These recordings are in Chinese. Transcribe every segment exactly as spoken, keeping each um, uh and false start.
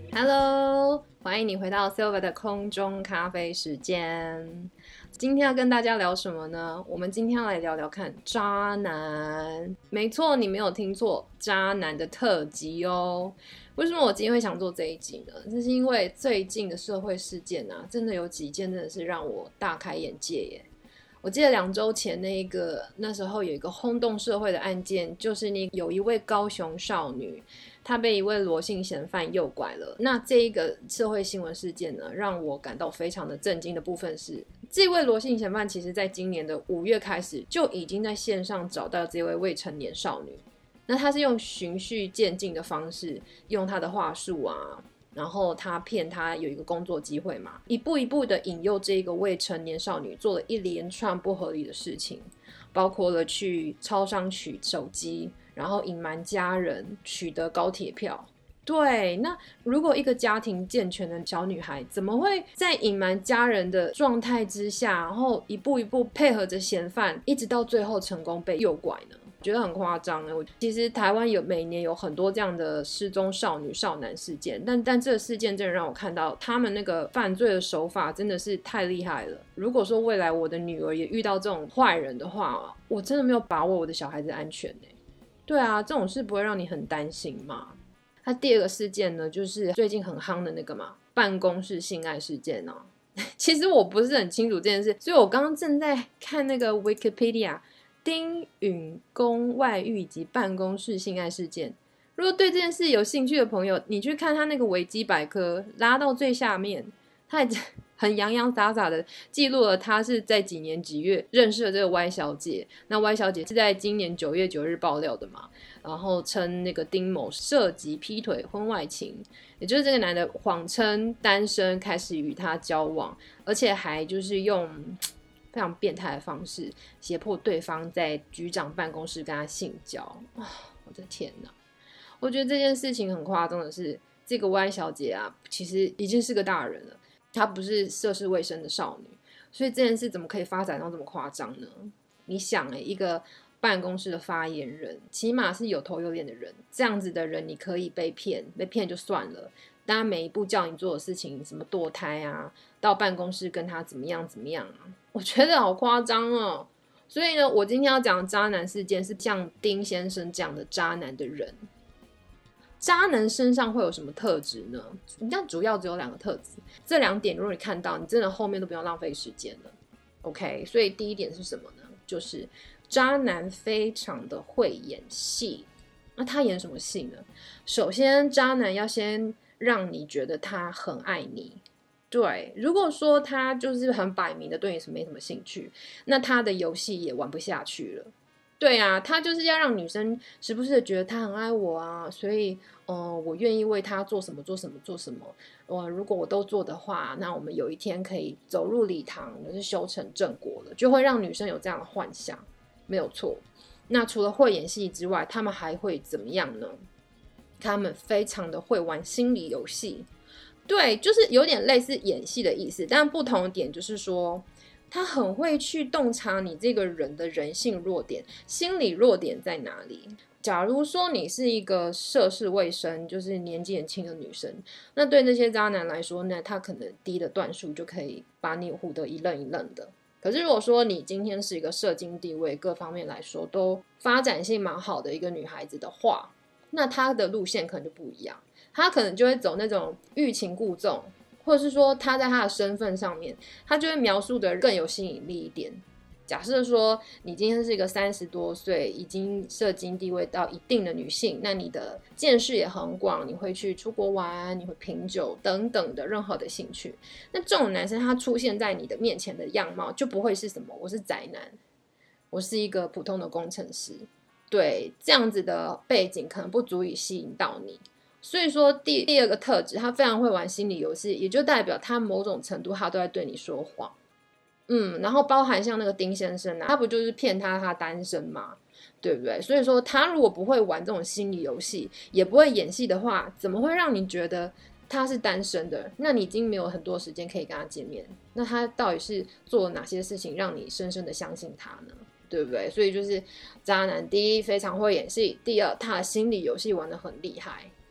Hello，欢迎你回到 Silver 的空中咖啡时间。今天要跟大家聊什么呢？我们今天要来聊聊看渣男。没错，你没有听错，渣男的特辑哦。为什么我今天会想做这一集呢？这是因为最近的社会事件啊，真的有几件真的是让我大开眼界耶。我记得两周前那一个，那时候有一个轰动社会的案件，就是那有一位高雄少女，她被一位罗姓嫌犯诱拐了。那这一个社会新闻事件呢，让我感到非常的震惊的部分是，这位罗姓嫌犯其实在今年的五月开始就已经在线上找到这位未成年少女。那他是用循序渐进的方式，用他的话术啊，然后他骗他有一个工作机会嘛，一步一步的引诱这个未成年少女做了一连串不合理的事情，包括了去超商取手机，然后隐瞒家人，取得高铁票。对，那如果一个家庭健全的小女孩，怎么会在隐瞒家人的状态之下，然后一步一步配合着嫌犯，一直到最后成功被诱拐呢？觉得很夸张欸。其实台湾有每年有很多这样的失踪少女少男事件，但但这个事件真的让我看到他们那个犯罪的手法真的是太厉害了。如果说未来我的女儿也遇到这种坏人的话，我真的没有把握我的小孩子安全欸。对啊，这种事不会让你很担心吗？他第二个事件呢，就是最近很夯的那个嘛，办公室性爱事件哦。其实我不是很清楚这件事，所以我刚刚正在看那个 Wikipedia。丁允恭外遇及办公室性爱事件，如果对这件事有兴趣的朋友，你去看他那个维基百科，拉到最下面，他也很洋洋洒洒的记录了他是在几年几月认识了这个 Y 小姐。那 Y 小姐是在今年九月九日爆料的嘛，然后称那个丁某涉及劈腿、婚外情，也就是这个男的谎称单身开始与他交往，而且还就是用非常变态的方式胁迫对方在局长办公室跟他性交。哦，我的天哪！我觉得这件事情很夸张的是，这个 Y 小姐啊，其实已经是个大人了，她不是涉世未深的少女，所以这件事怎么可以发展到这么夸张呢？你想欸，一个办公室的发言人，起码是有头有脸的人，这样子的人你可以被骗，被骗就算了，当然每一步叫你做的事情，什么堕胎啊，到办公室跟他怎么样怎么样啊，我觉得好夸张哦。所以呢，我今天要讲的渣男事件是像丁先生这样的渣男的人。渣男身上会有什么特质呢？你看主要只有两个特质，这两点如果你看到，你真的后面都不用浪费时间了。OK， 所以第一点是什么呢？就是渣男非常的会演戏。那他演什么戏呢？首先，渣男要先让你觉得他很爱你。对，如果说他就是很摆明的对你是没什么兴趣，那他的游戏也玩不下去了。对啊，他就是要让女生时不时的觉得他很爱我啊，所以呃，我愿意为他做什么做什么做什么。呃，如果我都做的话，那我们有一天可以走入礼堂，就是修成正果了，就会让女生有这样的幻想，没有错。那除了会演戏之外，他们还会怎么样呢？他们非常的会玩心理游戏。对，就是有点类似演戏的意思，但不同的点就是说，他很会去洞察你这个人的人性弱点，心理弱点在哪里。假如说你是一个涉世未深，就是年纪很轻的女生，那对那些渣男来说呢，他可能低的段数就可以把你唬得一愣一愣的。可是如果说你今天是一个社经地位各方面来说都发展性蛮好的一个女孩子的话，那她的路线可能就不一样，她可能就会走那种欲擒故纵，或者是说她在她的身份上面，她就会描述的更有吸引力一点。假设说你今天是一个三十多岁已经社经地位到一定的女性，那你的见识也很广，你会去出国玩，你会品酒等等的任何的兴趣，那这种男生他出现在你的面前的样貌就不会是什么我是宅男，我是一个普通的工程师，对，这样子的背景可能不足以吸引到你。所以说第第二个特质，他非常会玩心理游戏，也就代表他某种程度他都在对你说谎。嗯，然后包含像那个丁先生啊，他不就是骗他他单身嘛，对不对？所以说他如果不会玩这种心理游戏，也不会演戏的话，怎么会让你觉得他是单身的？那你已经没有很多时间可以跟他见面，那他到底是做了哪些事情让你深深的相信他呢？对不对？所以就是渣男，第一非常会演戏，第二他的心理游戏玩得很厉害。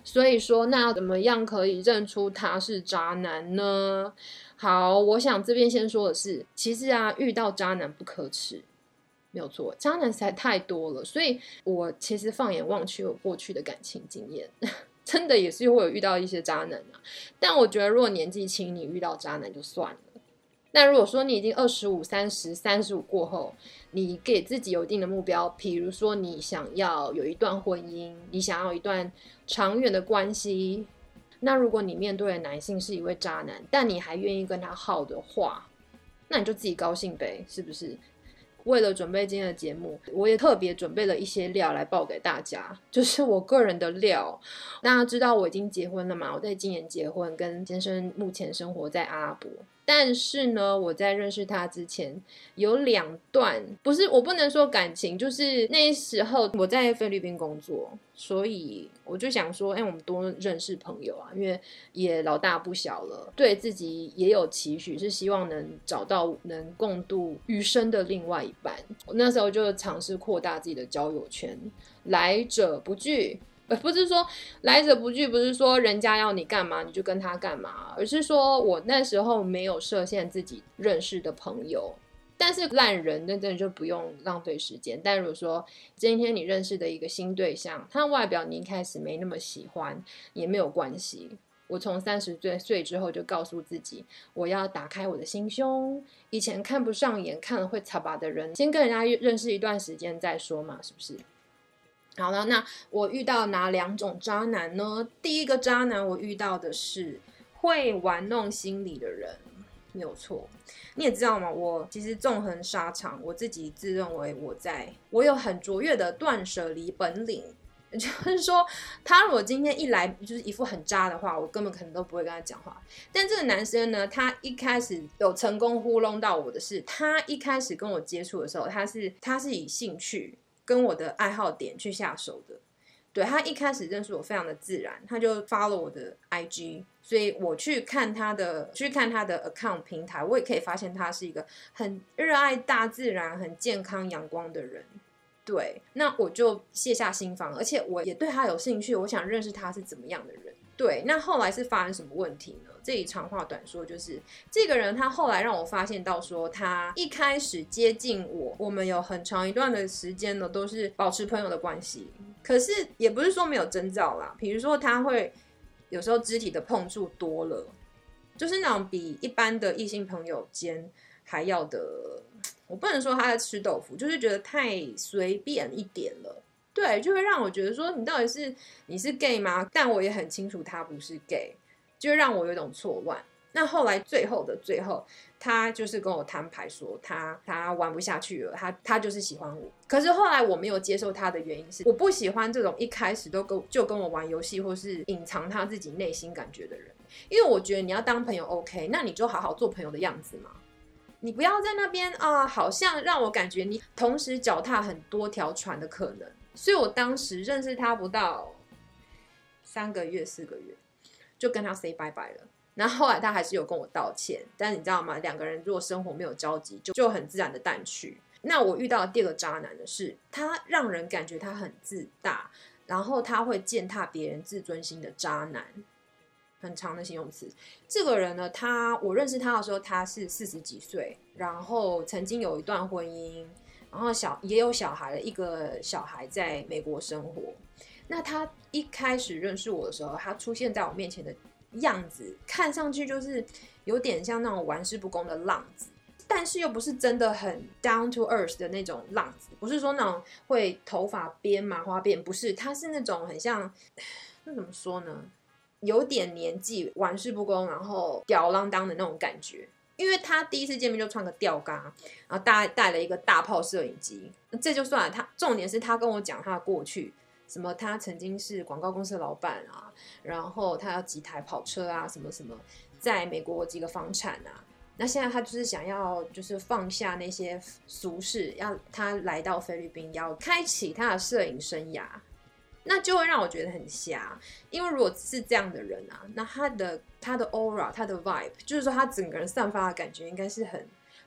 所以说那怎么样可以认出他是渣男呢？好，我想这边先说的是，其实啊遇到渣男不可耻，没有错，渣男实在太多了，所以我其实放眼望去我过去的感情经验真的也是会有遇到一些渣男啊，但我觉得如果年纪轻你遇到渣男就算了，那如果说你已经二十五、三十、三十五过后，你给自己有一定的目标，比如说你想要有一段婚姻，你想要一段长远的关系，那如果你面对的男性是一位渣男，但你还愿意跟他耗的话，那你就自己高兴呗，是不是？为了准备今天的节目，我也特别准备了一些料来报给大家，就是我个人的料。大家知道我已经结婚了嘛，我在今年结婚，跟先生目前生活在阿拉伯。但是呢，我在认识他之前有两段，不是我不能说感情，就是那时候我在菲律宾工作，所以我就想说，哎、欸，我们多认识朋友啊，因为也老大不小了，对自己也有期许，是希望能找到能共度余生的另外一半。我那时候就尝试扩大自己的交友圈，来者不拒。呃，不是说来者不拒，不是说人家要你干嘛你就跟他干嘛，而是说我那时候没有设限自己认识的朋友。但是烂人那真的就不用浪费时间，但如果说今天你认识的一个新对象，他外表你一开始没那么喜欢也没有关系。我从三十岁之后就告诉自己，我要打开我的心胸，以前看不上眼看了会擦把的人，先跟人家认识一段时间再说嘛，是不是？好了，那我遇到哪两种渣男呢？第一个渣男我遇到的是会玩弄心理的人，没有错。你也知道嘛，我其实纵横沙场，我自己自认为我在我有很卓越的断舍离本领，就是说他如果今天一来就是一副很渣的话，我根本可能都不会跟他讲话。但这个男生呢，他一开始有成功糊弄到我的是，他一开始跟我接触的时候，他是他是以兴趣跟我的爱好点去下手的。对，他一开始认识我非常的自然，他就 follow 我的 I G， 所以我去看他的去看他的 account 平台，我也可以发现他是一个很热爱大自然、很健康阳光的人。对，那我就卸下心防，而且我也对他有兴趣，我想认识他是怎么样的人。对，那后来是发生什么问题呢？这里长话短说，就是这个人他后来让我发现到说，他一开始接近我，我们有很长一段的时间呢都是保持朋友的关系，可是也不是说没有征兆啦，比如说他会有时候肢体的碰触多了，就是那种比一般的异性朋友间还要的，我不能说他在吃豆腐，就是觉得太随便一点了。对，就会让我觉得说你到底是你是 gay 吗？但我也很清楚他不是 gay， 就让我有种错乱。那后来最后的最后，他就是跟我摊牌说他他玩不下去了，他他就是喜欢我。可是后来我没有接受他的原因是，我不喜欢这种一开始都跟就跟我玩游戏或是隐藏他自己内心感觉的人，因为我觉得你要当朋友 OK， 那你就好好做朋友的样子嘛。你不要在那边啊，好像让我感觉你同时脚踏很多条船的可能。所以我当时认识他不到三个月四个月就跟他 say bye bye 了，然后后来他还是有跟我道歉，但你知道吗，两个人如果生活没有交集 就, 就很自然的淡去。那我遇到的第二个渣男的是，他让人感觉他很自大，然后他会践踏别人自尊心的渣男，很长的形容词。这个人呢，他我认识他的时候他是四十几岁，然后曾经有一段婚姻，然后小也有小孩了，一个小孩在美国生活。那他一开始认识我的时候，他出现在我面前的样子，看上去就是有点像那种玩世不恭的浪子，但是又不是真的很 down to earth 的那种浪子，不是说那种会头发编麻花辫，不是，他是那种很像，那怎么说呢？有点年纪，玩世不恭，然后吊儿郎当的那种感觉。因为他第一次见面就穿个吊嘎，然后带带了一个大炮摄影机，这就算了。他重点是他跟我讲他的过去，什么他曾经是广告公司的老板啊，然后他有几台跑车啊，什么什么，在美国有几个房产啊。那现在他就是想要就是放下那些俗事，要他来到菲律宾，要开启他的摄影生涯。那就会让我觉得很瞎，因为如果是这样的人啊，那他的他的 aura， 他的 vibe， 就是说他整个人散发的感觉应该是很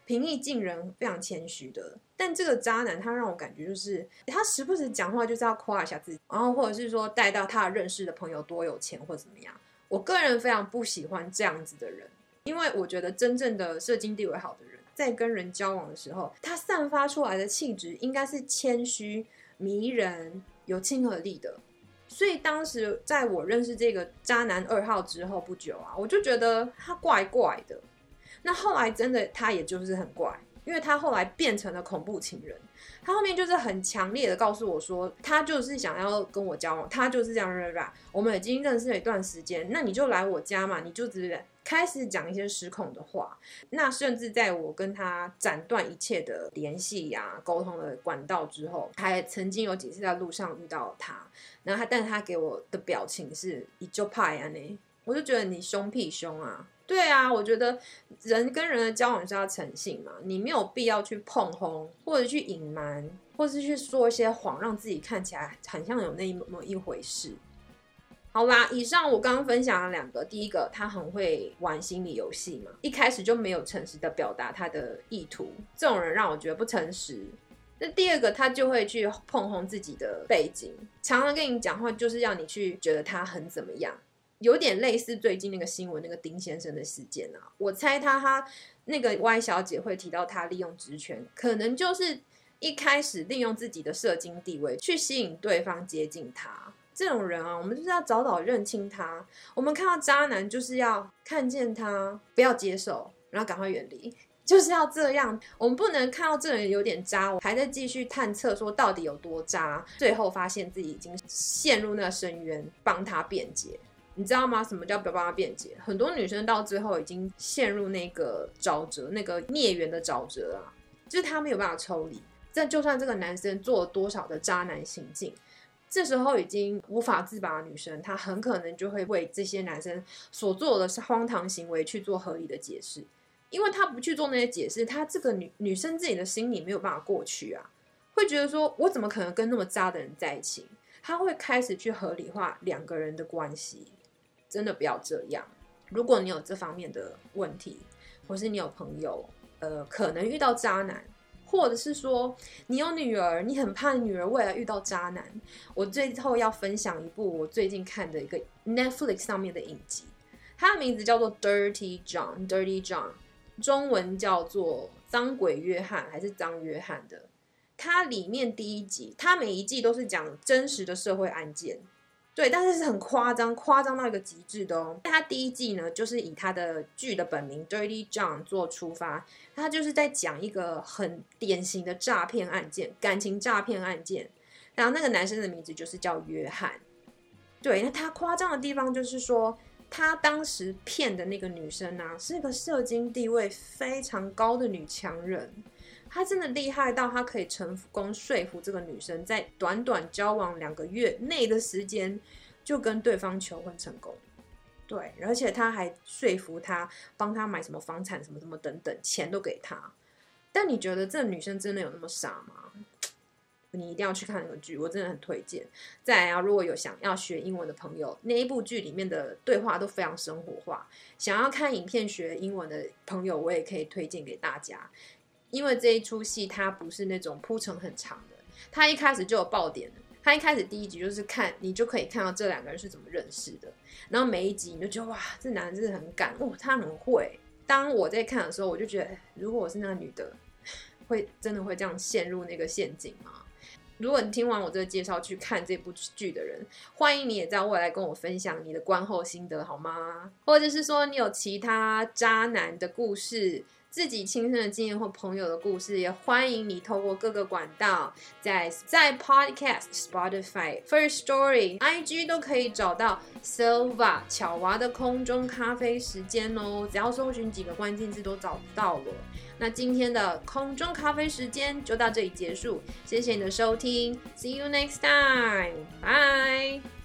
平易近人、非常谦虚的。但这个渣男他让我感觉就是他时不时讲话就是要夸一下自己，然后或者是说带到他认识的朋友多有钱或怎么样。我个人非常不喜欢这样子的人，因为我觉得真正的社经地位好的人在跟人交往的时候，他散发出来的气质应该是谦虚、迷人、有亲和力的。所以当时在我认识这个渣男二号之后不久啊，我就觉得他怪怪的。那后来真的他也就是很怪，因为他后来变成了恐怖情人。他后面就是很强烈的告诉我说，他就是想要跟我交往，他就是这样认为。我们已经认识了一段时间，那你就来我家嘛，你就直接开始讲一些失控的话。那甚至在我跟他斩断一切的联系呀、沟通的管道之后，还曾经有几次在路上遇到他，然后他但是他给我的表情是一就派啊呢，我就觉得你凶屁凶啊。对啊，我觉得人跟人的交往是要诚信嘛，你没有必要去碰轰，或者去隐瞒，或是去说一些谎，让自己看起来很像有那么一回事。好啦，以上我刚刚分享了两个，第一个他很会玩心理游戏嘛，一开始就没有诚实的表达他的意图，这种人让我觉得不诚实。那第二个他就会去碰轰自己的背景，常常跟你讲话就是要你去觉得他很怎么样，有点类似最近那个新闻那个丁先生的事件啊。我猜他他那个 Y 小姐会提到他利用职权，可能就是一开始利用自己的社经地位去吸引对方接近他。这种人啊，我们就是要早早认清他。我们看到渣男就是要看见他，不要接受，然后赶快远离，就是要这样。我们不能看到这人有点渣，还在继续探测说到底有多渣，最后发现自己已经陷入那个深渊，帮他辩解。你知道吗？什么叫不要帮他辩解？很多女生到最后已经陷入那个沼泽，那个孽缘的沼泽啊，就是她没有办法抽离。但就算这个男生做了多少的渣男行径，这时候已经无法自拔的女生，她很可能就会为这些男生所做的荒唐行为去做合理的解释，因为她不去做那些解释，她这个 女, 女生自己的心里没有办法过去啊，会觉得说我怎么可能跟那么渣的人在一起？她会开始去合理化两个人的关系。真的不要这样。如果你有这方面的问题，或是你有朋友呃可能遇到渣男，或者是说你有女儿，你很怕女儿未来遇到渣男，我最后要分享一部我最近看的一个 Netflix 上面的影集，它的名字叫做 Dirty John Dirty John， 中文叫做脏鬼约翰还是脏约翰的。它里面第一集，它每一季都是讲真实的社会案件，对，但是是很夸张，夸张到一个极致的哦。他第一季呢，就是以他的剧的本名 Dirty John 做出发，他就是在讲一个很典型的诈骗案件，感情诈骗案件。然后那个男生的名字就是叫约翰。对，那他夸张的地方就是说，他当时骗的那个女生啊，是一个社经地位非常高的女强人。他真的厉害到他可以成功说服这个女生，在短短交往两个月内的时间就跟对方求婚成功。对，而且他还说服他帮他买什么房产什么什么等等，钱都给他。但你觉得这个女生真的有那么傻吗？你一定要去看那个剧，我真的很推荐。再来啊，如果有想要学英文的朋友，那一部剧里面的对话都非常生活化，想要看影片学英文的朋友，我也可以推荐给大家。因为这一出戏它不是那种铺陈很长的，它一开始就有爆点的。它一开始第一集就是看，你就可以看到这两个人是怎么认识的，然后每一集你就觉得哇，这男人真的很敢，哦，他很会。当我在看的时候，我就觉得，如果我是那个女的，会真的会这样陷入那个陷阱吗？如果你听完我这个介绍去看这部剧的人，欢迎你也在未来跟我分享你的观后心得好吗？或者是说你有其他渣男的故事，自己亲身的经验或朋友的故事，也欢迎你透过各个管道，在在 Podcast、Spotify、Firstory、I G 都可以找到 Silva 巧娃的空中咖啡时间哦。只要搜寻几个关键字都找到了。那今天的空中咖啡时间就到这里结束，谢谢你的收听 ，See you next time， bye。